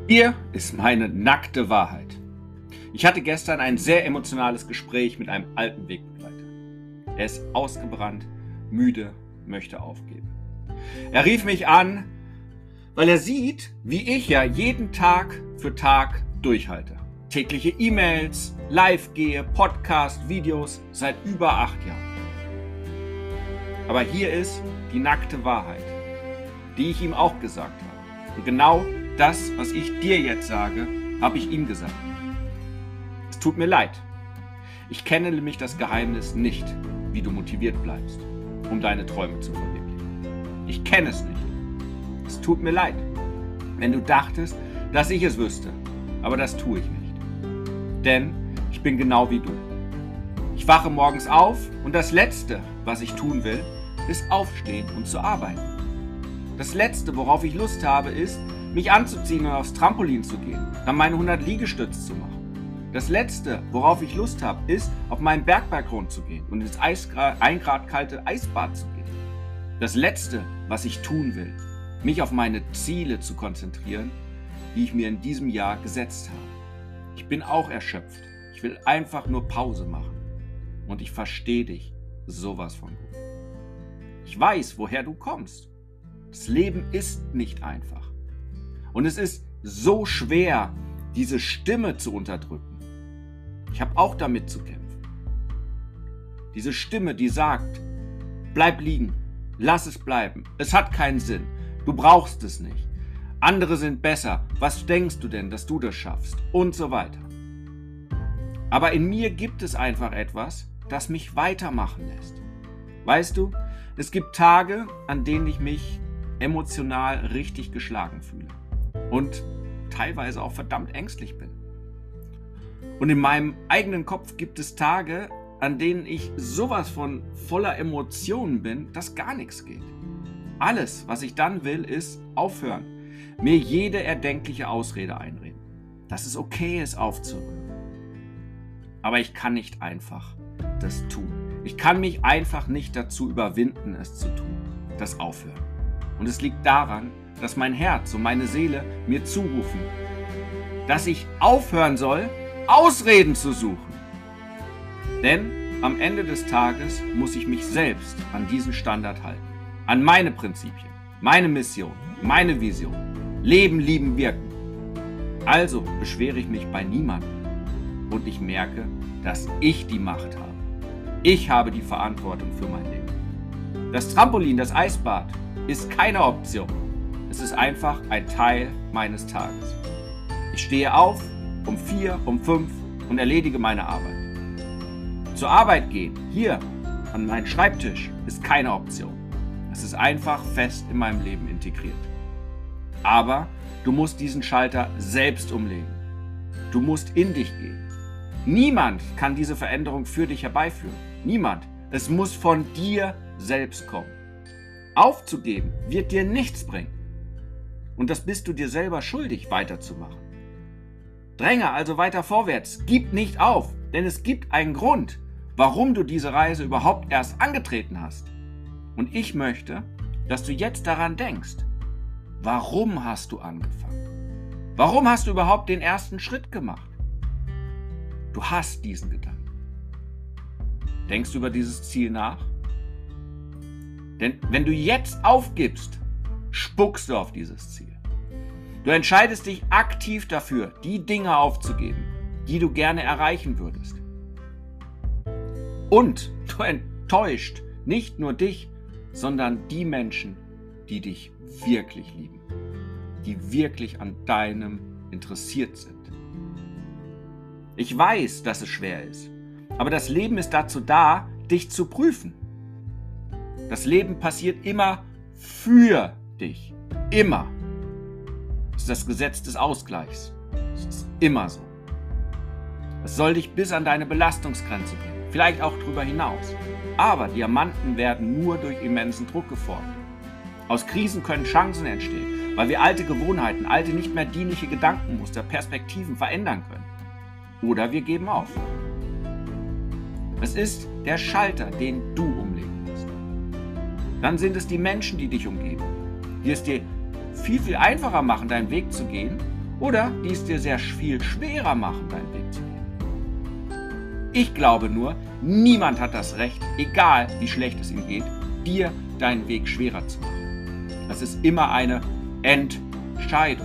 Hier ist meine nackte Wahrheit. Ich hatte gestern ein sehr emotionales Gespräch mit einem alten Wegbegleiter. Er ist ausgebrannt, müde, möchte aufgeben. Er rief mich an, weil er sieht, wie ich ja jeden Tag für Tag durchhalte. Tägliche E-Mails, live gehe, Podcast, Videos seit über 8 Jahren. Aber hier ist die nackte Wahrheit, die ich ihm auch gesagt habe. Und genau das, was ich dir jetzt sage, habe ich ihm gesagt. Es tut mir leid. Ich kenne nämlich das Geheimnis nicht, wie du motiviert bleibst, um deine Träume zu verwirklichen. Ich kenne es nicht. Es tut mir leid, wenn du dachtest, dass ich es wüsste. Aber das tue ich nicht. Denn ich bin genau wie du. Ich wache morgens auf und das Letzte, was ich tun will, ist aufstehen und zu arbeiten. Das Letzte, worauf ich Lust habe, ist, mich anzuziehen und aufs Trampolin zu gehen, dann meine 100 Liegestütze zu machen. Das Letzte, worauf ich Lust habe, ist, auf meinen Bergbalkon zu gehen und ins 1 Grad kalte Eisbad zu gehen. Das Letzte, was ich tun will, mich auf meine Ziele zu konzentrieren, die ich mir in diesem Jahr gesetzt habe. Ich bin auch erschöpft. Ich will einfach nur Pause machen. Und ich verstehe dich sowas von gut. Ich weiß, woher du kommst. Das Leben ist nicht einfach. Und es ist so schwer, diese Stimme zu unterdrücken. Ich habe auch damit zu kämpfen. Diese Stimme, die sagt, bleib liegen, lass es bleiben, es hat keinen Sinn, du brauchst es nicht. Andere sind besser, was denkst du denn, dass du das schaffst? Und so weiter. Aber in mir gibt es einfach etwas, das mich weitermachen lässt. Weißt du, es gibt Tage, an denen ich mich emotional richtig geschlagen fühle. Und teilweise auch verdammt ängstlich bin. Und in meinem eigenen Kopf gibt es Tage, an denen ich sowas von voller Emotionen bin, dass gar nichts geht. Alles, was ich dann will, ist aufhören, mir jede erdenkliche Ausrede einreden, dass es okay ist, aufzuhören. Aber ich kann nicht einfach das tun. Ich kann mich einfach nicht dazu überwinden, es zu tun, das Aufhören. Und es liegt daran, dass mein Herz und meine Seele mir zurufen, dass ich aufhören soll, Ausreden zu suchen. Denn am Ende des Tages muss ich mich selbst an diesen Standard halten, an meine Prinzipien, meine Mission, meine Vision, Leben, lieben, wirken. Also beschwere ich mich bei niemandem und ich merke, dass ich die Macht habe. Ich habe die Verantwortung für mein Leben. Das Trampolin, das Eisbad ist keine Option. Es ist einfach ein Teil meines Tages. Ich stehe auf um 4, um 5 und erledige meine Arbeit. Zur Arbeit gehen, hier an meinen Schreibtisch, ist keine Option. Es ist einfach fest in meinem Leben integriert. Aber du musst diesen Schalter selbst umlegen. Du musst in dich gehen. Niemand kann diese Veränderung für dich herbeiführen. Niemand. Es muss von dir selbst kommen. Aufzugeben wird dir nichts bringen. Und das bist du dir selber schuldig, weiterzumachen. Dränge also weiter vorwärts. Gib nicht auf, denn es gibt einen Grund, warum du diese Reise überhaupt erst angetreten hast. Und ich möchte, dass du jetzt daran denkst. Warum hast du angefangen? Warum hast du überhaupt den ersten Schritt gemacht? Du hast diesen Gedanken. Denkst du über dieses Ziel nach? Denn wenn du jetzt aufgibst, spuckst du auf dieses Ziel. Du entscheidest dich aktiv dafür, die Dinge aufzugeben, die du gerne erreichen würdest. Und du enttäuscht nicht nur dich, sondern die Menschen, die dich wirklich lieben, die wirklich an deinem interessiert sind. Ich weiß, dass es schwer ist, aber das Leben ist dazu da, dich zu prüfen. Das Leben passiert immer für dich. Immer. Das ist das Gesetz des Ausgleichs. Das ist immer so. Es soll dich bis an deine Belastungsgrenze bringen. Vielleicht auch darüber hinaus. Aber Diamanten werden nur durch immensen Druck geformt. Aus Krisen können Chancen entstehen, weil wir alte Gewohnheiten, alte nicht mehr dienliche Gedankenmuster, Perspektiven verändern können. Oder wir geben auf. Es ist der Schalter, den du umlegen musst. Dann sind es die Menschen, die dich umgeben, die es dir viel, viel einfacher machen, deinen Weg zu gehen oder die es dir sehr viel schwerer machen, deinen Weg zu gehen. Ich glaube nur, niemand hat das Recht, egal wie schlecht es ihm geht, dir deinen Weg schwerer zu machen. Das ist immer eine Entscheidung.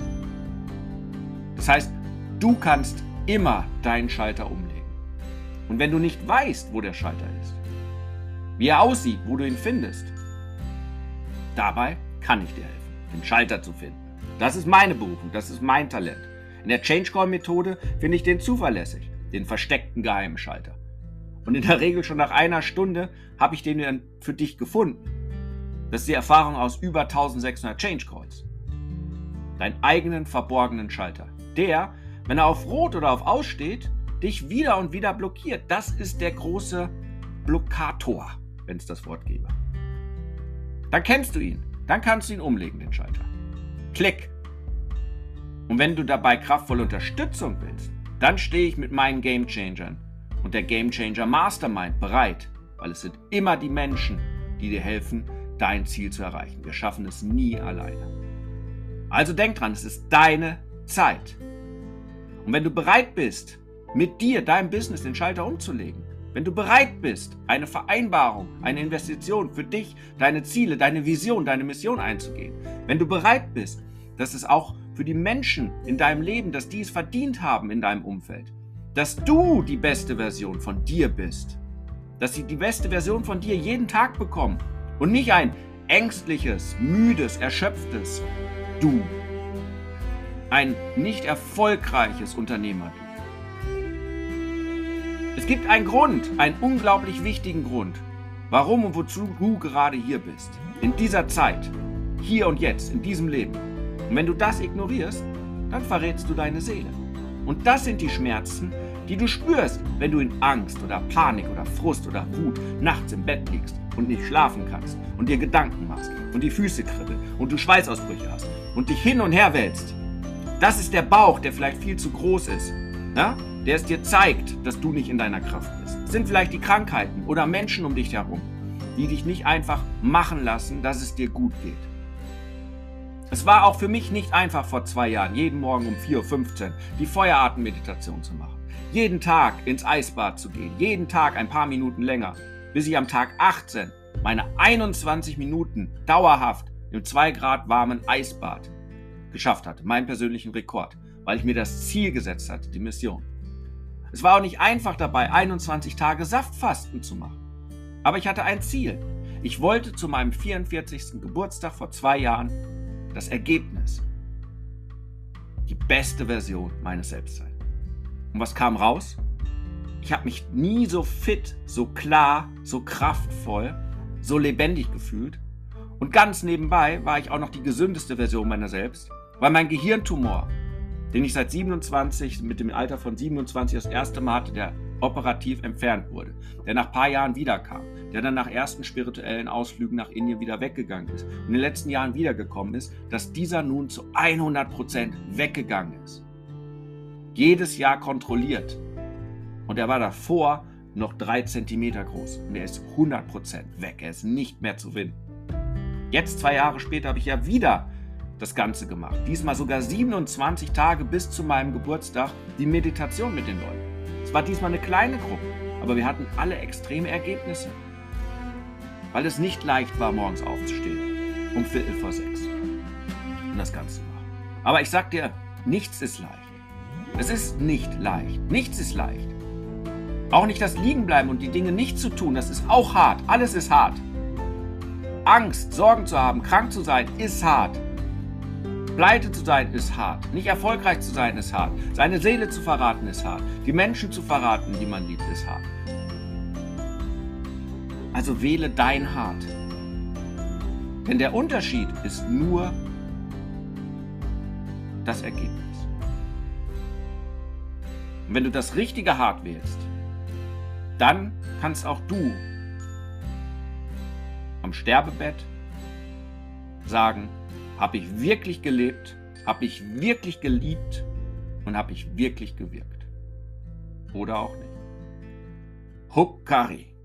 Das heißt, du kannst immer deinen Schalter umlegen. Und wenn du nicht weißt, wo der Schalter ist, wie er aussieht, wo du ihn findest, dabei kann ich dir helfen, den Schalter zu finden. Das ist meine Berufung, das ist mein Talent. In der Change-Call-Methode finde ich den zuverlässig, den versteckten geheimen Schalter. Und in der Regel schon nach einer Stunde habe ich den dann für dich gefunden. Das ist die Erfahrung aus über 1600 Change-Calls. Deinen eigenen verborgenen Schalter. Der, wenn er auf Rot oder auf Aus steht, dich wieder und wieder blockiert. Das ist der große Blockator, wenn es das Wort gäbe. Dann kennst du ihn. Dann kannst du ihn umlegen, den Schalter. Klick. Und wenn du dabei kraftvolle Unterstützung willst, dann stehe ich mit meinen Gamechangern und der Gamechanger Mastermind bereit, weil es sind immer die Menschen, die dir helfen, dein Ziel zu erreichen. Wir schaffen es nie alleine. Also denk dran, es ist deine Zeit. Und wenn du bereit bist, mit dir, deinem Business, den Schalter umzulegen, wenn du bereit bist, eine Vereinbarung, eine Investition für dich, deine Ziele, deine Vision, deine Mission einzugehen, wenn du bereit bist, dass es auch für die Menschen in deinem Leben, dass die es verdient haben in deinem Umfeld, dass du die beste Version von dir bist, dass sie die beste Version von dir jeden Tag bekommen und nicht ein ängstliches, müdes, erschöpftes Du, ein nicht erfolgreiches Unternehmertum. Es gibt einen Grund, einen unglaublich wichtigen Grund, warum und wozu du gerade hier bist. In dieser Zeit, hier und jetzt, in diesem Leben. Und wenn du das ignorierst, dann verrätst du deine Seele. Und das sind die Schmerzen, die du spürst, wenn du in Angst oder Panik oder Frust oder Wut nachts im Bett liegst und nicht schlafen kannst und dir Gedanken machst und die Füße kribbeln und du Schweißausbrüche hast und dich hin und her wälzt. Das ist der Bauch, der vielleicht viel zu groß ist. Ja? Der es dir zeigt, dass du nicht in deiner Kraft bist. Es sind vielleicht die Krankheiten oder Menschen um dich herum, die dich nicht einfach machen lassen, dass es dir gut geht. Es war auch für mich nicht einfach vor 2 Jahren, jeden Morgen um 4:15 Uhr die Feueratemeditation zu machen. Jeden Tag ins Eisbad zu gehen, jeden Tag ein paar Minuten länger, bis ich am Tag 18 meine 21 Minuten dauerhaft im 2 Grad warmen Eisbad geschafft hatte, meinen persönlichen Rekord, weil ich mir das Ziel gesetzt hatte, die Mission. Es war auch nicht einfach dabei, 21 Tage Saftfasten zu machen. Aber ich hatte ein Ziel. Ich wollte zu meinem 44. Geburtstag vor 2 Jahren das Ergebnis, die beste Version meines Selbst sein. Und was kam raus? Ich habe mich nie so fit, so klar, so kraftvoll, so lebendig gefühlt. Und ganz nebenbei war ich auch noch die gesündeste Version meiner selbst, weil mein Gehirntumor, den ich seit 27, mit dem Alter von 27 das erste Mal hatte, der operativ entfernt wurde, der nach ein paar Jahren wiederkam, der dann nach ersten spirituellen Ausflügen nach Indien wieder weggegangen ist und in den letzten Jahren wiedergekommen ist, dass dieser nun zu 100% weggegangen ist. Jedes Jahr kontrolliert. Und er war davor noch 3 Zentimeter groß und er ist 100% weg, er ist nicht mehr zu finden. Jetzt 2 Jahre später habe ich ja wieder das Ganze gemacht. Diesmal sogar 27 Tage bis zu meinem Geburtstag die Meditation mit den Leuten. Es war diesmal eine kleine Gruppe, aber wir hatten alle extreme Ergebnisse. Weil es nicht leicht war, morgens aufzustehen, um 5:45 und das Ganze zu machen. Aber ich sag dir, nichts ist leicht. Es ist nicht leicht. Nichts ist leicht. Auch nicht das Liegenbleiben und die Dinge nicht zu tun, das ist auch hart. Alles ist hart. Angst, Sorgen zu haben, krank zu sein, ist hart. Pleite zu sein ist hart. Nicht erfolgreich zu sein ist hart. Seine Seele zu verraten ist hart. Die Menschen zu verraten, die man liebt, ist hart. Also wähle dein Hart. Denn der Unterschied ist nur das Ergebnis. Und wenn du das richtige Hart wählst, dann kannst auch du am Sterbebett sagen, habe ich wirklich gelebt, habe ich wirklich geliebt und habe ich wirklich gewirkt. Oder auch nicht. Huckari.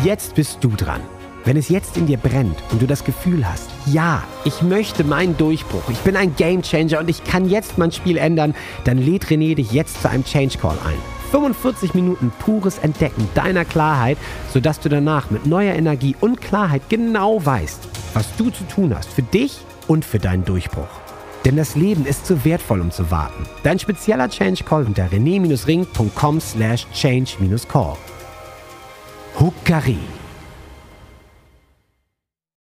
Jetzt bist du dran. Wenn es jetzt in dir brennt und du das Gefühl hast, ja, ich möchte meinen Durchbruch, ich bin ein Gamechanger und ich kann jetzt mein Spiel ändern, dann lädt René dich jetzt zu einem Change Call ein. 45 Minuten pures Entdecken deiner Klarheit, sodass du danach mit neuer Energie und Klarheit genau weißt, was du zu tun hast für dich und für deinen Durchbruch. Denn das Leben ist zu wertvoll, um zu warten. Dein spezieller Change Call unter rené-ring.com/change-call. Huckari.